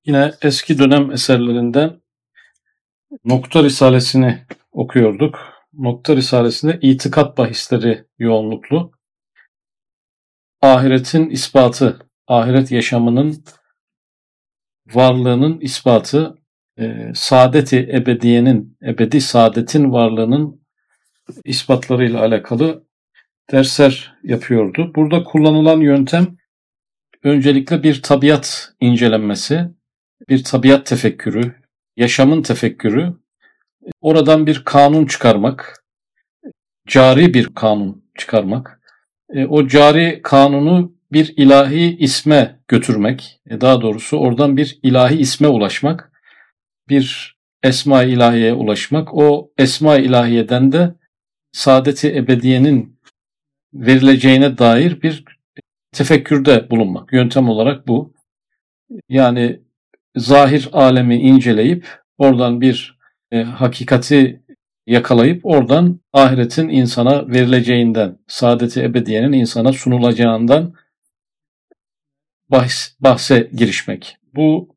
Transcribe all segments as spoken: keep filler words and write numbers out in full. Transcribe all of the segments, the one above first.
Yine eski dönem eserlerinden Nokta Risalesini okuyorduk. Nokta Risalesinde itikat bahisleri yoğunluklu. Ahiretin ispatı, ahiret yaşamının varlığının ispatı, e, saadeti ebediyenin, ebedi saadetin varlığının ispatlarıyla alakalı dersler yapıyordu. Burada kullanılan yöntem öncelikle bir tabiat incelenmesi, bir tabiat tefekkürü, yaşamın tefekkürü, oradan bir kanun çıkarmak, cari bir kanun çıkarmak, e, o cari kanunu bir ilahi isme götürmek, e, daha doğrusu oradan bir ilahi isme ulaşmak, bir esma-i ilahiyeye ulaşmak, o esma-i ilahiyeden de saadet-i ebediyenin verileceğine dair bir tefekkürde bulunmak. Yöntem olarak bu. Yani zahir alemi inceleyip oradan bir e, hakikati yakalayıp oradan ahiretin insana verileceğinden, saadet-i ebediyenin insana sunulacağından bahs, bahse girişmek. Bu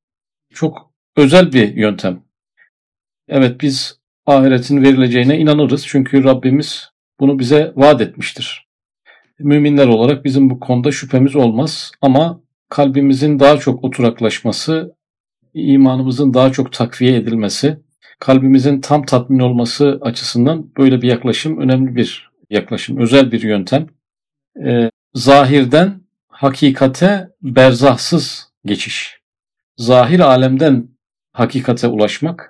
çok özel bir yöntem. Evet, biz ahiretin verileceğine inanırız çünkü Rabbimiz bunu bize vaat etmiştir. Müminler olarak bizim bu konuda şüphemiz olmaz ama kalbimizin daha çok oturaklaşması, imanımızın daha çok takviye edilmesi, kalbimizin tam tatmin olması açısından böyle bir yaklaşım önemli bir yaklaşım, özel bir yöntem. Ee, zahirden hakikate berzahsız geçiş. Zahir alemden hakikate ulaşmak,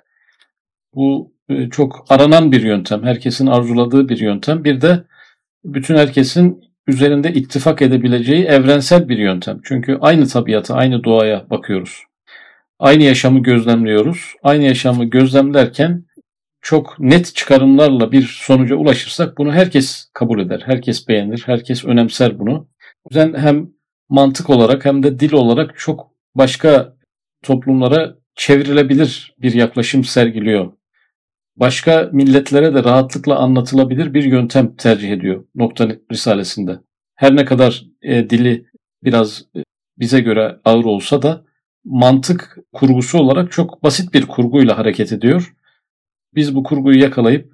bu e, çok aranan bir yöntem, herkesin arzuladığı bir yöntem. Bir de bütün herkesin üzerinde ittifak edebileceği evrensel bir yöntem. Çünkü aynı tabiata, aynı doğaya bakıyoruz. Aynı yaşamı gözlemliyoruz. Aynı yaşamı gözlemlerken çok net çıkarımlarla bir sonuca ulaşırsak bunu herkes kabul eder, herkes beğenir, herkes önemser bunu. O yüzden hem mantık olarak hem de dil olarak çok başka toplumlara çevrilebilir bir yaklaşım sergiliyor. Başka milletlere de rahatlıkla anlatılabilir bir yöntem tercih ediyor Nokta Risalesinde. Her ne kadar e, dili biraz e, bize göre ağır olsa da mantık kurgusu olarak çok basit bir kurguyla hareket ediyor. Biz bu kurguyu yakalayıp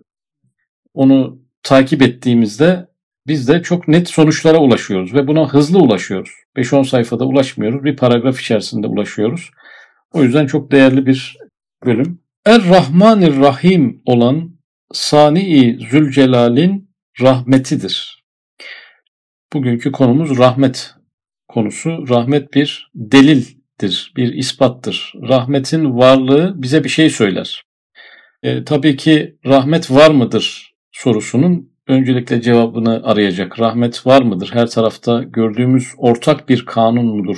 onu takip ettiğimizde biz de çok net sonuçlara ulaşıyoruz ve buna hızlı ulaşıyoruz. beş on sayfada ulaşmıyoruz, bir paragraf içerisinde ulaşıyoruz. O yüzden çok değerli bir bölüm. Er-Rahmanir-Rahim olan Sani-i Zülcelal'in rahmetidir. Bugünkü konumuz rahmet konusu. Rahmet bir delildir, bir ispattır. Rahmetin varlığı bize bir şey söyler. E, tabii ki rahmet var mıdır sorusunun öncelikle cevabını arayacak. Rahmet var mıdır? Her tarafta gördüğümüz ortak bir kanun mudur?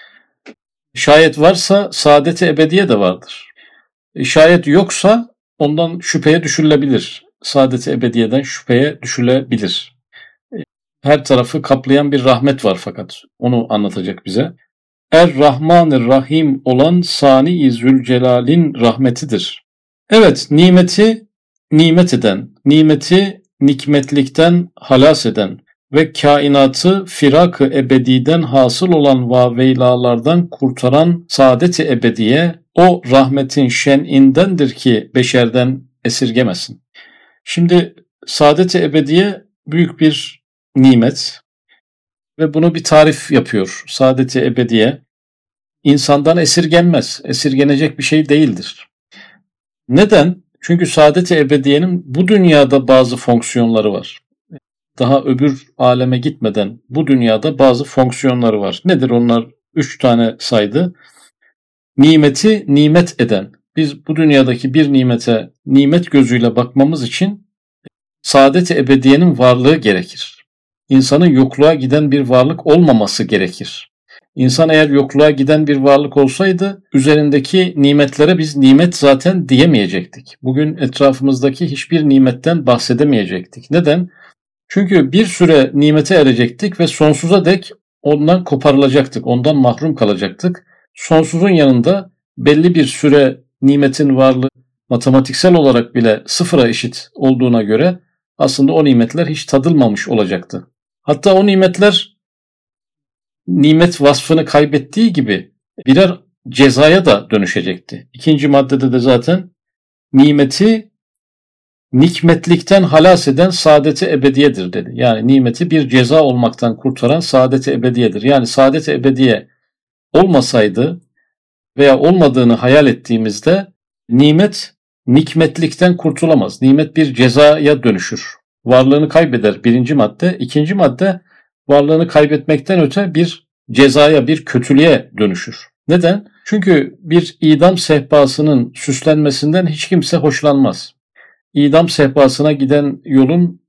Şayet varsa saadet-i ebediye de vardır. E, şayet yoksa ondan şüpheye düşülebilir. Saadet-i ebediyeden şüpheye düşülebilir. E, her tarafı kaplayan bir rahmet var fakat onu anlatacak bize. Er-Rahmanir-Rahim olan Sani-i Zülcelal'in rahmetidir. Evet, nimeti nimet eden, nimeti nikmetlikten halas eden ve kainatı firak-ı ebediden hasıl olan vaveylalardan kurtaran saadet-i ebediye o rahmetin şen'indendir ki beşerden esirgemesin. Şimdi saadet-i ebediye büyük bir nimet ve bunu bir tarif yapıyor. Saadet-i ebediye insandan esirgenmez, esirgenecek bir şey değildir. Neden? Çünkü saadet-i ebediyenin bu dünyada bazı fonksiyonları var. Daha öbür aleme gitmeden bu dünyada bazı fonksiyonları var. Nedir onlar? Üç tane saydı. Nimeti nimet eden. Biz bu dünyadaki bir nimete nimet gözüyle bakmamız için saadet-i ebediyenin varlığı gerekir. İnsanın yokluğa giden bir varlık olmaması gerekir. İnsan eğer yokluğa giden bir varlık olsaydı üzerindeki nimetlere biz nimet zaten diyemeyecektik. Bugün etrafımızdaki hiçbir nimetten bahsedemeyecektik. Neden? Çünkü bir süre nimete erecektik ve sonsuza dek ondan koparılacaktık, ondan mahrum kalacaktık. Sonsuzun yanında belli bir süre nimetin varlığı matematiksel olarak bile sıfıra eşit olduğuna göre aslında o nimetler hiç tadılmamış olacaktı. Hatta o nimetler nimet vasfını kaybettiği gibi birer cezaya da dönüşecekti. İkinci maddede de zaten nimeti nikmetlikten halas eden saadeti ebediyedir dedi. Yani nimeti bir ceza olmaktan kurtaran saadeti ebediyedir. Yani saadeti ebediye olmasaydı veya olmadığını hayal ettiğimizde nimet nikmetlikten kurtulamaz. Nimet bir cezaya dönüşür. Varlığını kaybeder birinci madde. İkinci madde varlığını kaybetmekten öte bir cezaya, bir kötülüğe dönüşür. Neden? Çünkü bir idam sehpasının süslenmesinden hiç kimse hoşlanmaz. İdam sehpasına giden yolun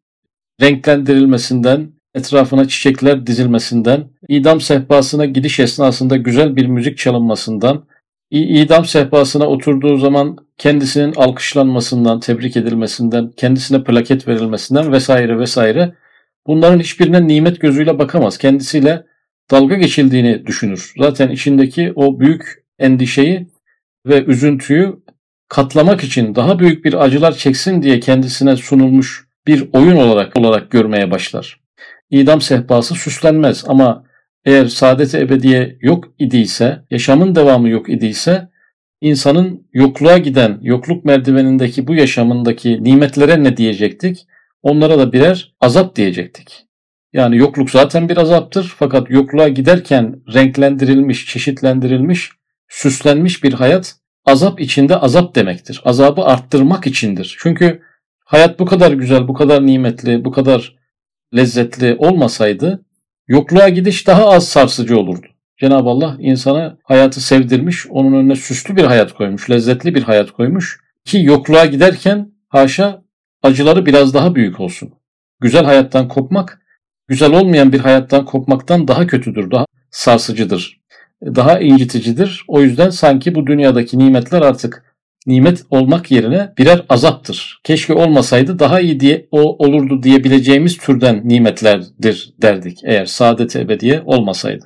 renklendirilmesinden, etrafına çiçekler dizilmesinden, idam sehpasına gidiş esnasında güzel bir müzik çalınmasından, idam sehpasına oturduğu zaman kendisinin alkışlanmasından, tebrik edilmesinden, kendisine plaket verilmesinden vesaire vesaire, bunların hiçbirine nimet gözüyle bakamaz. Kendisiyle dalga geçildiğini düşünür. Zaten içindeki o büyük endişeyi ve üzüntüyü katlamak için, daha büyük bir acılar çeksin diye kendisine sunulmuş bir oyun olarak olarak görmeye başlar. İdam sehpası süslenmez ama eğer saadet-i ebediye yok idiyse, yaşamın devamı yok idiyse, insanın yokluğa giden, yokluk merdivenindeki bu yaşamındaki nimetlere ne diyecektik? Onlara da birer azap diyecektik. Yani yokluk zaten bir azaptır, fakat yokluğa giderken renklendirilmiş, çeşitlendirilmiş, süslenmiş bir hayat azap içinde azap demektir. Azabı arttırmak içindir. Çünkü hayat bu kadar güzel, bu kadar nimetli, bu kadar lezzetli olmasaydı yokluğa gidiş daha az sarsıcı olurdu. Cenab-ı Allah insana hayatı sevdirmiş, onun önüne süslü bir hayat koymuş, lezzetli bir hayat koymuş ki yokluğa giderken haşa acıları biraz daha büyük olsun. Güzel hayattan kopmak, güzel olmayan bir hayattan kopmaktan daha kötüdür, daha sarsıcıdır, daha inciticidir. O yüzden sanki bu dünyadaki nimetler artık nimet olmak yerine birer azaptır. Keşke olmasaydı daha iyi diye o olurdu diyebileceğimiz türden nimetlerdir derdik eğer saadet-i ebediye olmasaydı.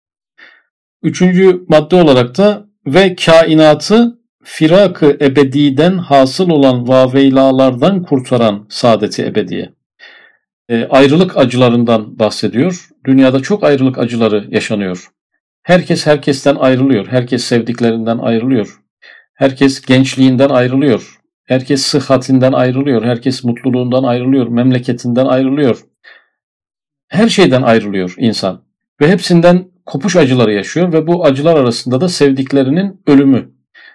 Üçüncü madde olarak da ve kainatı firak-ı ebediden hasıl olan vaveylalardan kurtaran saadet-i ebediye. E, ayrılık acılarından bahsediyor. Dünyada çok ayrılık acıları yaşanıyor. Herkes herkesten ayrılıyor. Herkes sevdiklerinden ayrılıyor. Herkes gençliğinden ayrılıyor. Herkes sıhhatinden ayrılıyor. Herkes mutluluğundan ayrılıyor. Memleketinden ayrılıyor. Her şeyden ayrılıyor insan. Ve hepsinden kopuş acıları yaşıyor ve bu acılar arasında da sevdiklerinin ölümü.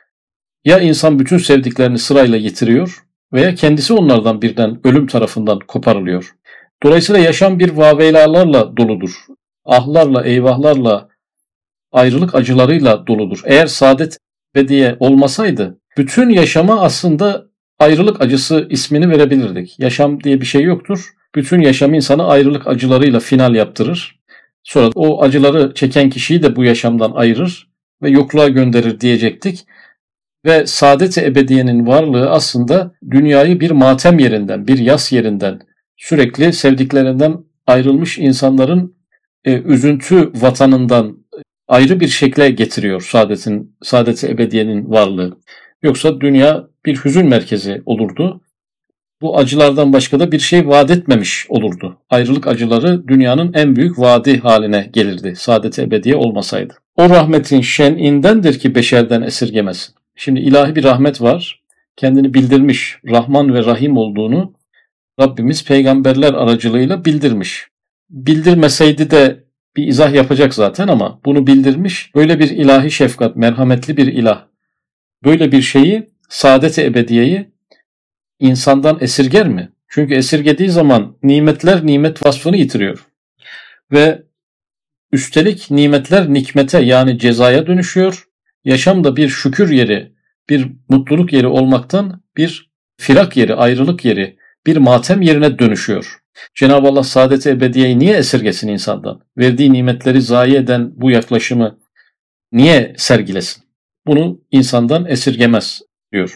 Ya insan bütün sevdiklerini sırayla yitiriyor veya kendisi onlardan birden ölüm tarafından koparılıyor. Dolayısıyla yaşam bir vaveylalarla doludur. Ahlarla, eyvahlarla, ayrılık acılarıyla doludur. Eğer saadet ebediye olmasaydı bütün yaşama aslında ayrılık acısı ismini verebilirdik. Yaşam diye bir şey yoktur. Bütün yaşam insanı ayrılık acılarıyla final yaptırır. Sonra o acıları çeken kişiyi de bu yaşamdan ayırır ve yokluğa gönderir diyecektik. Ve saadet-i ebediyenin varlığı aslında dünyayı bir matem yerinden, bir yas yerinden, sürekli sevdiklerinden ayrılmış insanların e, üzüntü vatanından ayrı bir şekle getiriyor saadetin, saadet-i ebediyenin varlığı. Yoksa dünya bir hüzün merkezi olurdu. Bu acılardan başka da bir şey vaat etmemiş olurdu. Ayrılık acıları dünyanın en büyük vaadi haline gelirdi saadet-i ebediye olmasaydı. O rahmetin şen'indendir ki beşerden esirgemesin. Şimdi ilahi bir rahmet var. Kendini bildirmiş, Rahman ve Rahim olduğunu Rabbimiz peygamberler aracılığıyla bildirmiş. Bildirmeseydi de bir izah yapacak zaten ama bunu bildirmiş. Böyle bir ilahi şefkat, merhametli bir ilah. Böyle bir şeyi, saadet-i ebediyeyi insandan esirger mi? Çünkü esirgediği zaman nimetler nimet vasfını yitiriyor. Ve üstelik nimetler nikmete yani cezaya dönüşüyor. Yaşam da bir şükür yeri, bir mutluluk yeri olmaktan bir firak yeri, ayrılık yeri, bir matem yerine dönüşüyor. Cenab-ı Allah saadet-i ebediyeyi niye esirgesin insandan? Verdiği nimetleri zayi eden bu yaklaşımı niye sergilesin? Bunu insandan esirgemez diyor.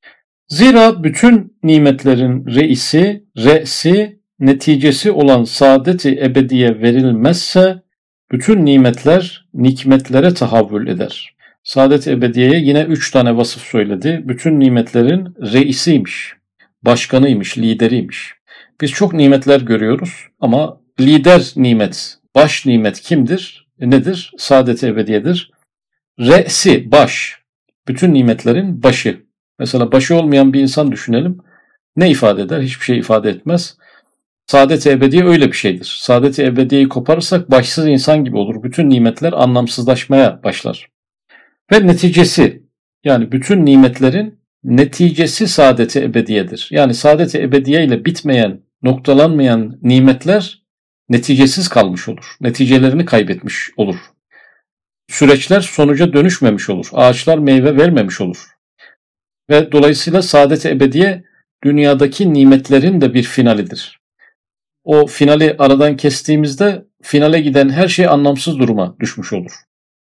Zira bütün nimetlerin reisi, re'si, neticesi olan saadet-i ebediye verilmezse bütün nimetler nikmetlere tahavvül eder. Saadet-i ebediyeye yine üç tane vasıf söyledi. Bütün nimetlerin reisiymiş, başkanıymış, lideriymiş. Biz çok nimetler görüyoruz ama lider nimet, baş nimet kimdir? Nedir? Saadet-i ebediyedir. Re'si, baş. Bütün nimetlerin başı. Mesela başı olmayan bir insan düşünelim. Ne ifade eder? Hiçbir şey ifade etmez. Saadet-i ebediye öyle bir şeydir. Saadet-i ebediyeyi koparırsak başsız insan gibi olur. Bütün nimetler anlamsızlaşmaya başlar. Ve neticesi, yani bütün nimetlerin neticesi saadet-i ebediyedir. Yani saadet-i ebediye ile bitmeyen, noktalanmayan nimetler neticesiz kalmış olur. Neticelerini kaybetmiş olur. Süreçler sonuca dönüşmemiş olur. Ağaçlar meyve vermemiş olur. Ve dolayısıyla saadet-i ebediye dünyadaki nimetlerin de bir finalidir. O finali aradan kestiğimizde finale giden her şey anlamsız duruma düşmüş olur.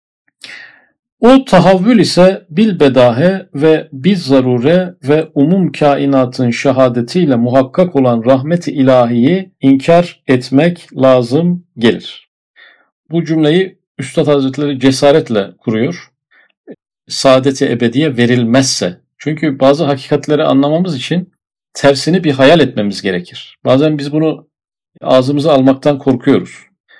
O tahavvül ise bilbedahe ve biz zarure ve umum kainatın şehadetiyle muhakkak olan rahmet-i ilahiyi inkar etmek lazım gelir. Bu cümleyi Üstad Hazretleri cesaretle kuruyor. Saadet-i ebediye verilmezse. Çünkü bazı hakikatleri anlamamız için tersini bir hayal etmemiz gerekir. Bazen biz bunu ağzımıza almaktan korkuyoruz.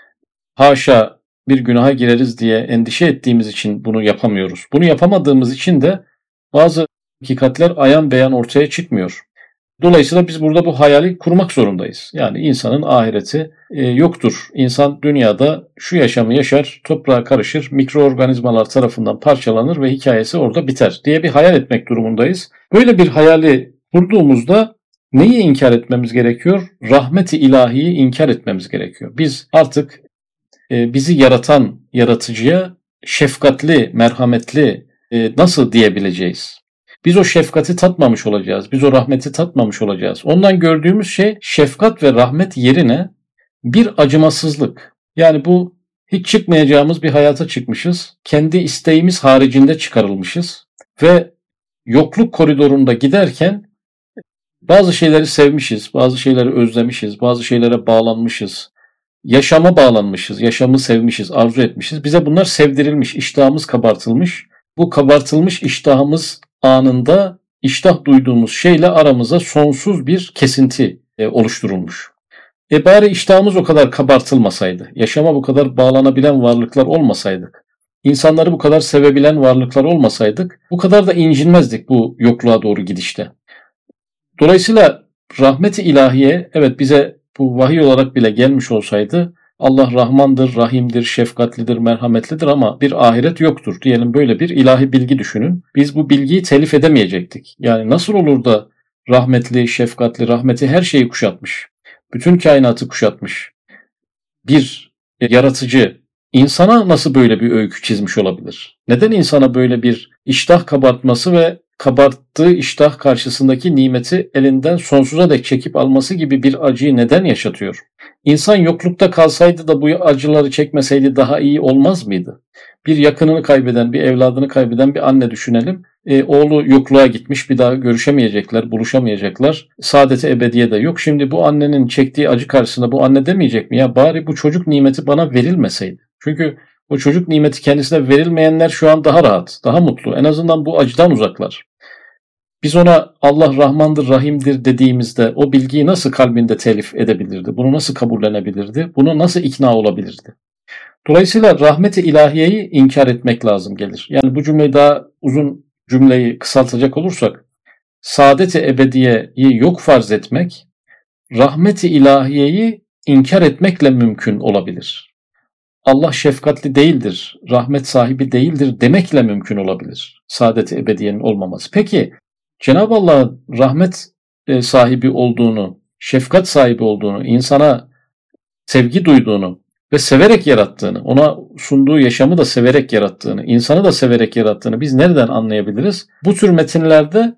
Haşa bir günaha gireriz diye endişe ettiğimiz için bunu yapamıyoruz. Bunu yapamadığımız için de bazı hakikatler ayan beyan ortaya çıkmıyor. Dolayısıyla biz burada bu hayali kurmak zorundayız. Yani insanın ahireti e, yoktur. İnsan dünyada şu yaşamı yaşar, toprağa karışır, mikroorganizmalar tarafından parçalanır ve hikayesi orada biter diye bir hayal etmek durumundayız. Böyle bir hayali kurduğumuzda neyi inkar etmemiz gerekiyor? Rahmet-i ilahiyi inkar etmemiz gerekiyor. Biz artık e, bizi yaratan yaratıcıya şefkatli, merhametli e, nasıl diyebileceğiz? Biz o şefkati tatmamış olacağız. Biz o rahmeti tatmamış olacağız. Ondan gördüğümüz şey şefkat ve rahmet yerine bir acımasızlık. Yani bu hiç çıkmayacağımız bir hayata çıkmışız. Kendi isteğimiz haricinde çıkarılmışız. Ve yokluk koridorunda giderken bazı şeyleri sevmişiz, bazı şeyleri özlemişiz, bazı şeylere bağlanmışız. Yaşama bağlanmışız, yaşamı sevmişiz, arzu etmişiz. Bize bunlar sevdirilmiş, iştahımız kabartılmış. Bu kabartılmış iştahımız anında iştah duyduğumuz şeyle aramıza sonsuz bir kesinti e, oluşturulmuş. E bari iştahımız o kadar kabartılmasaydı, yaşama bu kadar bağlanabilen varlıklar olmasaydık, insanları bu kadar sevebilen varlıklar olmasaydık, bu kadar da incinmezdik bu yokluğa doğru gidişte. Dolayısıyla rahmet-i ilahiye, evet bize bu vahiy olarak bile gelmiş olsaydı, Allah Rahmandır, Rahim'dir, şefkatlidir, merhametlidir ama bir ahiret yoktur diyelim, böyle bir ilahi bilgi düşünün. Biz bu bilgiyi telif edemeyecektik. Yani nasıl olur da rahmetli, şefkatli, rahmeti her şeyi kuşatmış, bütün kainatı kuşatmış bir yaratıcı insana nasıl böyle bir öykü çizmiş olabilir? Neden insana böyle bir iştah kabartması ve kabarttığı iştah karşısındaki nimeti elinden sonsuza dek çekip alması gibi bir acıyı neden yaşatıyor? İnsan yoklukta kalsaydı da bu acıları çekmeseydi daha iyi olmaz mıydı? Bir yakınını kaybeden, bir evladını kaybeden bir anne düşünelim. E, oğlu yokluğa gitmiş, bir daha görüşemeyecekler, buluşamayacaklar. Saadet-i ebediye de yok. Şimdi bu annenin çektiği acı karşısında bu anne demeyecek mi? Ya bari bu çocuk nimeti bana verilmeseydi. Çünkü o çocuk nimeti kendisine verilmeyenler şu an daha rahat, daha mutlu. En azından bu acıdan uzaklar. Biz ona Allah Rahmandır, Rahim'dir dediğimizde o bilgiyi nasıl kalbinde telif edebilirdi? Bunu nasıl kabullenebilirdi? Bunu nasıl ikna olabilirdi? Dolayısıyla rahmet-i ilahiyeyi inkar etmek lazım gelir. Yani bu cümleyi daha uzun cümleyi kısaltacak olursak, saadet-i ebediyeyi yok farz etmek, rahmet-i ilahiyeyi inkar etmekle mümkün olabilir. Allah şefkatli değildir, rahmet sahibi değildir demekle mümkün olabilir saadet-i ebediyenin olmaması. Peki Cenab-ı Allah'ın rahmet sahibi olduğunu, şefkat sahibi olduğunu, insana sevgi duyduğunu ve severek yarattığını, ona sunduğu yaşamı da severek yarattığını, insanı da severek yarattığını biz nereden anlayabiliriz? Bu tür metinlerde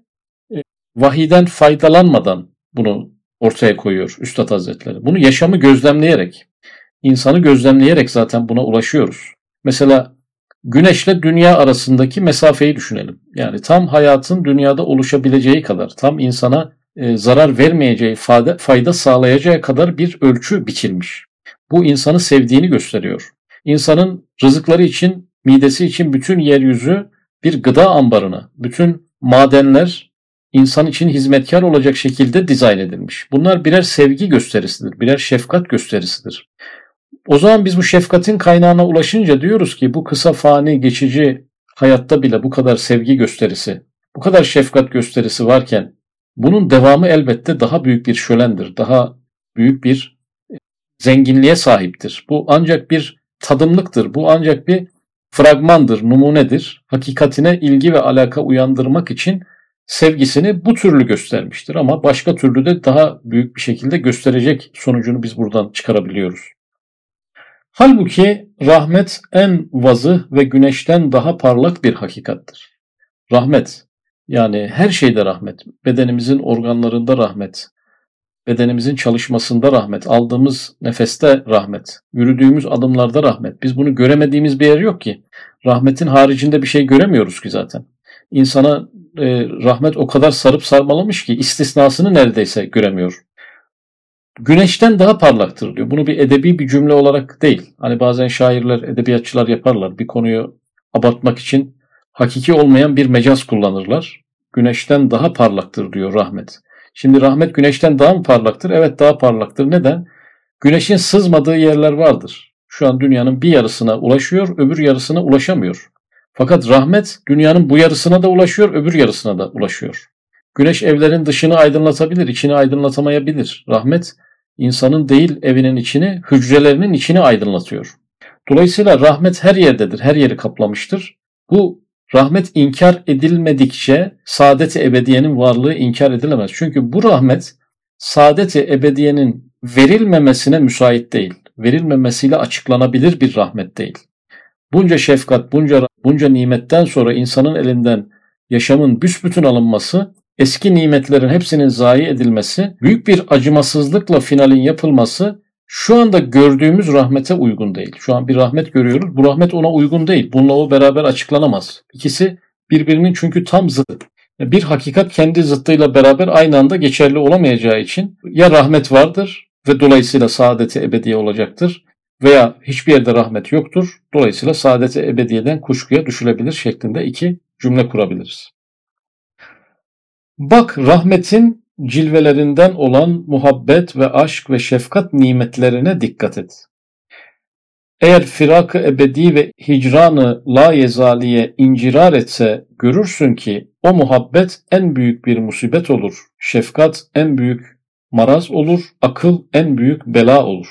vahiyden faydalanmadan bunu ortaya koyuyor Üstad Hazretleri. Bunu yaşamı gözlemleyerek, insanı gözlemleyerek zaten buna ulaşıyoruz. Mesela Güneşle dünya arasındaki mesafeyi düşünelim. Yani tam hayatın dünyada oluşabileceği kadar, tam insana e, zarar vermeyeceği, fayda, fayda sağlayacağı kadar bir ölçü biçilmiş. Bu insanı sevdiğini gösteriyor. İnsanın rızıkları için, midesi için bütün yeryüzü bir gıda ambarına, bütün madenler insan için hizmetkar olacak şekilde dizayn edilmiş. Bunlar birer sevgi gösterisidir, birer şefkat gösterisidir. O zaman biz bu şefkatin kaynağına ulaşınca diyoruz ki bu kısa fani geçici hayatta bile bu kadar sevgi gösterisi, bu kadar şefkat gösterisi varken bunun devamı elbette daha büyük bir şölendir, daha büyük bir zenginliğe sahiptir. Bu ancak bir tadımlıktır, bu ancak bir fragmandır, numunedir. Hakikatine ilgi ve alaka uyandırmak için sevgisini bu türlü göstermiştir ama başka türlü de daha büyük bir şekilde gösterecek sonucunu biz buradan çıkarabiliyoruz. Halbuki rahmet en vazıh ve güneşten daha parlak bir hakikattir. Rahmet, yani her şeyde rahmet, bedenimizin organlarında rahmet, bedenimizin çalışmasında rahmet, aldığımız nefeste rahmet, yürüdüğümüz adımlarda rahmet. Biz bunu göremediğimiz bir yer yok ki. Rahmetin haricinde bir şey göremiyoruz ki zaten. İnsana e, rahmet o kadar sarıp sarmalamış ki istisnasını neredeyse göremiyor. Güneşten daha parlaktır diyor. Bunu bir edebi bir cümle olarak değil. Hani bazen şairler, edebiyatçılar yaparlar. Bir konuyu abartmak için hakiki olmayan bir mecaz kullanırlar. Güneşten daha parlaktır diyor rahmet. Şimdi rahmet güneşten daha mı parlaktır? Evet, daha parlaktır. Neden? Güneşin sızmadığı yerler vardır. Şu an dünyanın bir yarısına ulaşıyor, öbür yarısına ulaşamıyor. Fakat rahmet dünyanın bu yarısına da ulaşıyor, öbür yarısına da ulaşıyor. Güneş evlerin dışını aydınlatabilir, içini aydınlatamayabilir. Rahmet insanın değil evinin içini, hücrelerinin içini aydınlatıyor. Dolayısıyla rahmet her yerdedir, her yeri kaplamıştır. Bu rahmet inkar edilmedikçe saadet-i ebediyenin varlığı inkar edilemez. Çünkü bu rahmet saadet-i ebediyenin verilmemesine müsait değil. Verilmemesiyle açıklanabilir bir rahmet değil. Bunca şefkat, bunca, bunca nimetten sonra insanın elinden yaşamın büsbütün alınması, eski nimetlerin hepsinin zayi edilmesi, büyük bir acımasızlıkla finalin yapılması şu anda gördüğümüz rahmete uygun değil. Şu an bir rahmet görüyoruz. Bu rahmet ona uygun değil. Bununla o beraber açıklanamaz. İkisi birbirinin çünkü tam zıttı. Bir hakikat kendi zıttıyla beraber aynı anda geçerli olamayacağı için ya rahmet vardır ve dolayısıyla saadeti ebediye olacaktır veya hiçbir yerde rahmet yoktur. Dolayısıyla saadeti ebediyeden kuşkuya düşülebilir şeklinde iki cümle kurabiliriz. Bak, rahmetin cilvelerinden olan muhabbet ve aşk ve şefkat nimetlerine dikkat et. Eğer firak-ı ebedi ve hicran-ı layezaliye incirar etse görürsün ki o muhabbet en büyük bir musibet olur, şefkat en büyük maraz olur, akıl en büyük bela olur.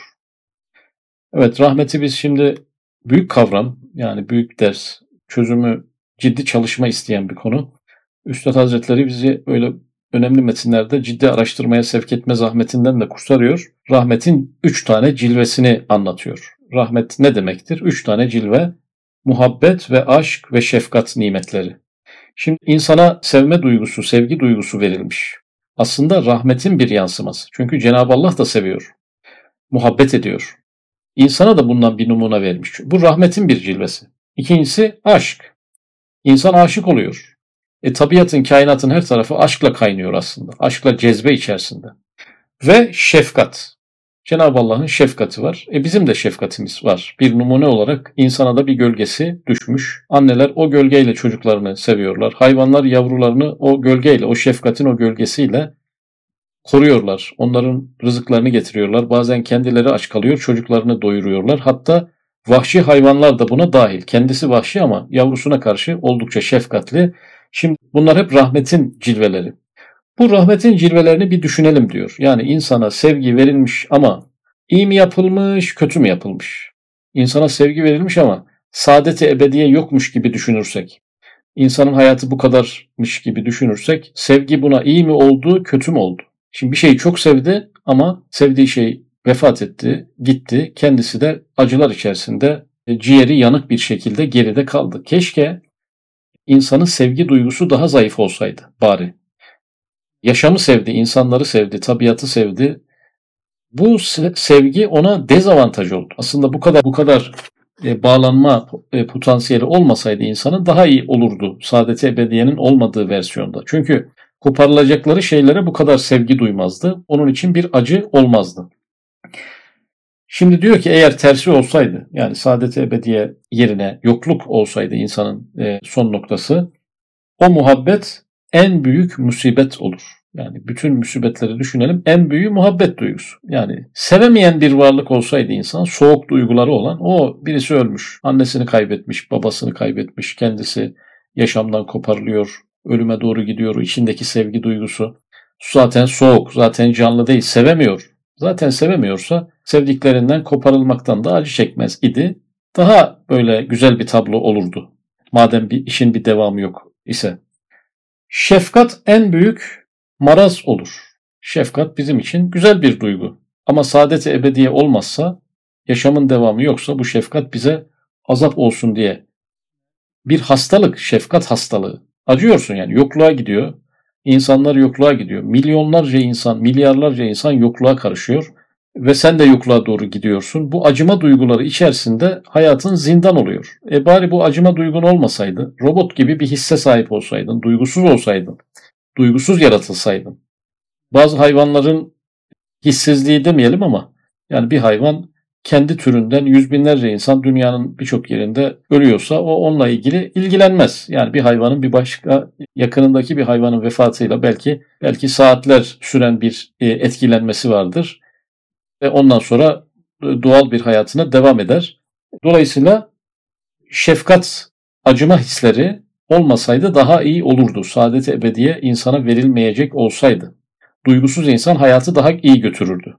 Evet, rahmeti biz şimdi büyük kavram, yani büyük ders, çözümü ciddi çalışma isteyen bir konu. Üstad Hazretleri bizi öyle önemli metinlerde ciddi araştırmaya sevk etme zahmetinden de kurtarıyor. Rahmetin üç tane cilvesini anlatıyor. Rahmet ne demektir? Üç tane cilve: muhabbet ve aşk ve şefkat nimetleri. Şimdi insana sevme duygusu, sevgi duygusu verilmiş. Aslında rahmetin bir yansıması. Çünkü Cenab-ı Allah da seviyor. Muhabbet ediyor. İnsana da bundan bir numune vermiş. Bu rahmetin bir cilvesi. İkincisi aşk. İnsan aşık oluyor. E, tabiatın, kainatın her tarafı aşkla kaynıyor aslında. Aşkla cezbe içerisinde. Ve şefkat. Cenab-ı Allah'ın şefkati var. E bizim de şefkatimiz var. Bir numune olarak insana da bir gölgesi düşmüş. Anneler o gölgeyle çocuklarını seviyorlar. Hayvanlar yavrularını o gölgeyle, o şefkatin o gölgesiyle koruyorlar. Onların rızıklarını getiriyorlar. Bazen kendileri aç kalıyor, çocuklarını doyuruyorlar. Hatta vahşi hayvanlar da buna dahil. Kendisi vahşi ama yavrusuna karşı oldukça şefkatli. Şimdi bunlar hep rahmetin cilveleri. Bu rahmetin cilvelerini bir düşünelim diyor. Yani insana sevgi verilmiş ama iyi mi yapılmış, kötü mü yapılmış? İnsana sevgi verilmiş ama saadet-i ebediye yokmuş gibi düşünürsek, insanın hayatı bu kadarmış gibi düşünürsek, sevgi buna iyi mi oldu, kötü mü oldu? Şimdi bir şeyi çok sevdi ama sevdiği şey vefat etti, gitti. Kendisi de acılar içerisinde ciğeri yanık bir şekilde geride kaldı. Keşke insanın sevgi duygusu daha zayıf olsaydı bari. Yaşamı sevdi, insanları sevdi, tabiatı sevdi. Bu sevgi ona dezavantaj oldu. Aslında bu kadar bu kadar e, bağlanma e, potansiyeli olmasaydı insanın daha iyi olurdu. Saadet-i ebediyenin olmadığı versiyonda. Çünkü koparılacakları şeylere bu kadar sevgi duymazdı. Onun için bir acı olmazdı. Şimdi diyor ki eğer tersi olsaydı, yani saadet-i ebediye yerine yokluk olsaydı insanın e, son noktası, o muhabbet en büyük musibet olur. Yani bütün musibetleri düşünelim. En büyüğü muhabbet duygusu. Yani sevemeyen bir varlık olsaydı insan, soğuk duyguları olan, o birisi ölmüş, annesini kaybetmiş, babasını kaybetmiş, kendisi yaşamdan koparılıyor, ölüme doğru gidiyor, içindeki sevgi duygusu zaten soğuk, zaten canlı değil, sevemiyor. Zaten sevemiyorsa sevdiklerinden koparılmaktan da acı çekmez idi. Daha böyle güzel bir tablo olurdu. Madem bir işin bir devamı yok ise. Şefkat en büyük maraz olur. Şefkat bizim için güzel bir duygu. Ama saadet-i ebediye olmazsa, yaşamın devamı yoksa bu şefkat bize azap olsun diye. Bir hastalık, şefkat hastalığı. Acıyorsun yani, yokluğa gidiyor. İnsanlar yokluğa gidiyor. Milyonlarca insan, milyarlarca insan yokluğa karışıyor. Ve sen de yokluğa doğru gidiyorsun. Bu acıma duyguları içerisinde hayatın zindan oluyor. E bari bu acıma duygun olmasaydı, robot gibi bir hisse sahip olsaydın, duygusuz olsaydın, duygusuz yaratılsaydın. Bazı hayvanların hissizliği demeyelim ama yani bir hayvan kendi türünden yüz binlerce insan dünyanın birçok yerinde ölüyorsa o onunla ilgili ilgilenmez. Yani bir hayvanın bir başka yakınındaki bir hayvanın vefatıyla belki belki saatler süren bir etkilenmesi vardır. Ve ondan sonra doğal bir hayatına devam eder. Dolayısıyla şefkat, acıma hisleri olmasaydı daha iyi olurdu. Saadet-i ebediye insana verilmeyecek olsaydı. Duygusuz insan hayatı daha iyi götürürdü.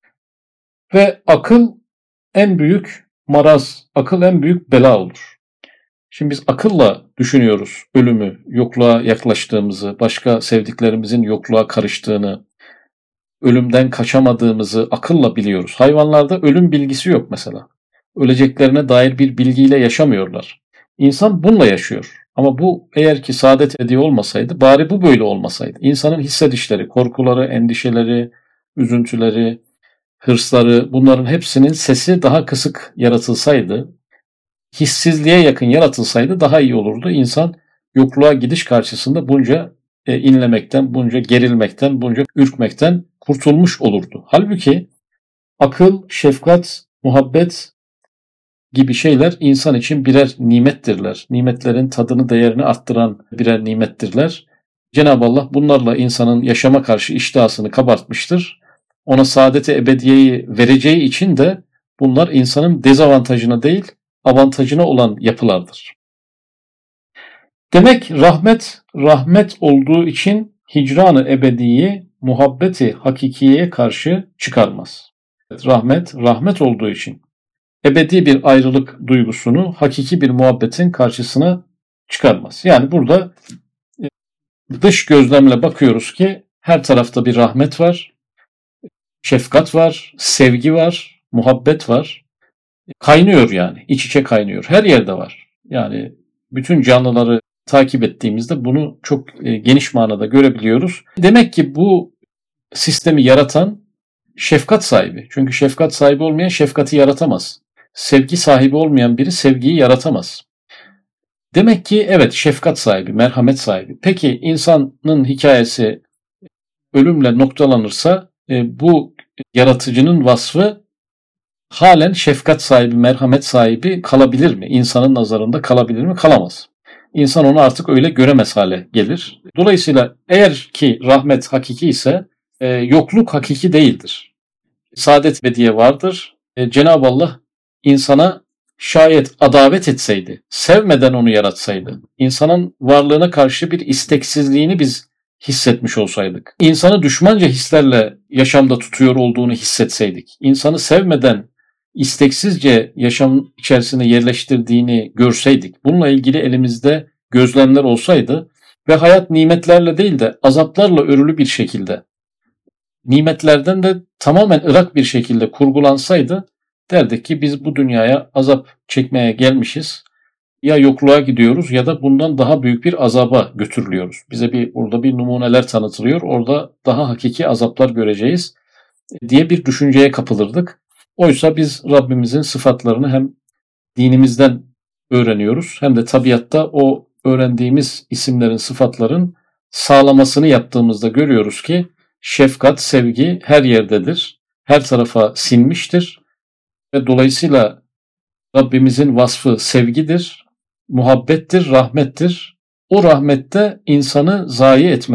Ve akıl en büyük maraz, akıl en büyük bela olur. Şimdi biz akılla düşünüyoruz ölümü, yokluğa yaklaştığımızı, başka sevdiklerimizin yokluğa karıştığını, ölümden kaçamadığımızı akılla biliyoruz. Hayvanlarda ölüm bilgisi yok mesela. Öleceklerine dair bir bilgiyle yaşamıyorlar. İnsan bununla yaşıyor. Ama bu eğer ki saadet ebedi olmasaydı, bari bu böyle olmasaydı. İnsanın hissedişleri, korkuları, endişeleri, üzüntüleri, hırsları, bunların hepsinin sesi daha kısık yaratılsaydı, hissizliğe yakın yaratılsaydı daha iyi olurdu. İnsan yokluğa gidiş karşısında bunca e, inlemekten, bunca gerilmekten, bunca ürkmekten kurtulmuş olurdu. Halbuki akıl, şefkat, muhabbet gibi şeyler insan için birer nimettirler. Nimetlerin tadını, değerini arttıran birer nimettirler. Cenab-ı Allah bunlarla insanın yaşama karşı iştihasını kabartmıştır. Ona saadet-i ebediyeyi vereceği için de bunlar insanın dezavantajına değil, avantajına olan yapılardır. Demek rahmet, rahmet olduğu için hicran-ı ebediyi muhabbeti hakikiye karşı çıkarmaz. Rahmet, rahmet olduğu için ebedi bir ayrılık duygusunu hakiki bir muhabbetin karşısına çıkarmaz. Yani burada dış gözlemle bakıyoruz ki her tarafta bir rahmet var, şefkat var, sevgi var, muhabbet var. Kaynıyor yani, iç içe kaynıyor. Her yerde var. Yani bütün canlıları takip ettiğimizde bunu çok geniş manada görebiliyoruz. Demek ki bu sistemi yaratan şefkat sahibi. Çünkü şefkat sahibi olmayan şefkati yaratamaz. Sevgi sahibi olmayan biri sevgiyi yaratamaz. Demek ki evet, şefkat sahibi, merhamet sahibi. Peki insanın hikayesi ölümle noktalanırsa e, bu yaratıcının vasfı halen şefkat sahibi, merhamet sahibi kalabilir mi? İnsanın nazarında kalabilir mi? Kalamaz. İnsan onu artık öyle göremez hale gelir. Dolayısıyla eğer ki rahmet hakiki ise e, yokluk hakiki değildir. Saadet ebediye vardır. E, Cenab-ı Allah insana şayet adavet etseydi, sevmeden onu yaratsaydı, insanın varlığına karşı bir isteksizliğini biz hissetmiş olsaydık, insanı düşmanca hislerle yaşamda tutuyor olduğunu hissetseydik, insanı sevmeden isteksizce yaşam içerisine yerleştirdiğini görseydik, bununla ilgili elimizde gözlemler olsaydı ve hayat nimetlerle değil de azaplarla örülü bir şekilde, nimetlerden de tamamen ırak bir şekilde kurgulansaydı, derdik ki biz bu dünyaya azap çekmeye gelmişiz. Ya yokluğa gidiyoruz ya da bundan daha büyük bir azaba götürülüyoruz. Bize bir orada bir numuneler tanıtılıyor. Orada daha hakiki azaplar göreceğiz diye bir düşünceye kapılırdık. Oysa biz Rabbimizin sıfatlarını hem dinimizden öğreniyoruz hem de tabiatta o öğrendiğimiz isimlerin, sıfatların sağlamasını yaptığımızda görüyoruz ki şefkat, sevgi her yerdedir. Her tarafa sinmiştir. Ve dolayısıyla Rabbimizin vasfı sevgidir, muhabbettir, rahmettir. O rahmette insanı zayi etmeye,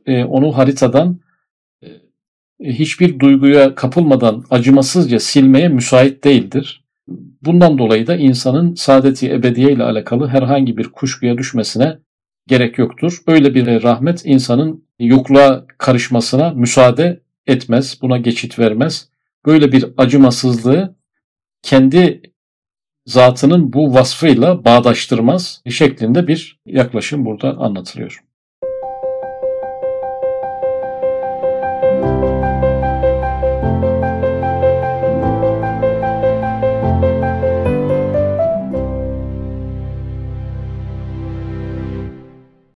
e, onu haritadan e, hiçbir duyguya kapılmadan acımasızca silmeye müsait değildir. Bundan dolayı da insanın saadeti ebediye ile alakalı herhangi bir kuşkuya düşmesine gerek yoktur. Öyle bir rahmet insanın yokluğa karışmasına müsaade etmez, buna geçit vermez. Böyle bir acımasızlığı kendi zatının bu vasfıyla bağdaştırmaz şeklinde bir yaklaşım burada anlatılıyor.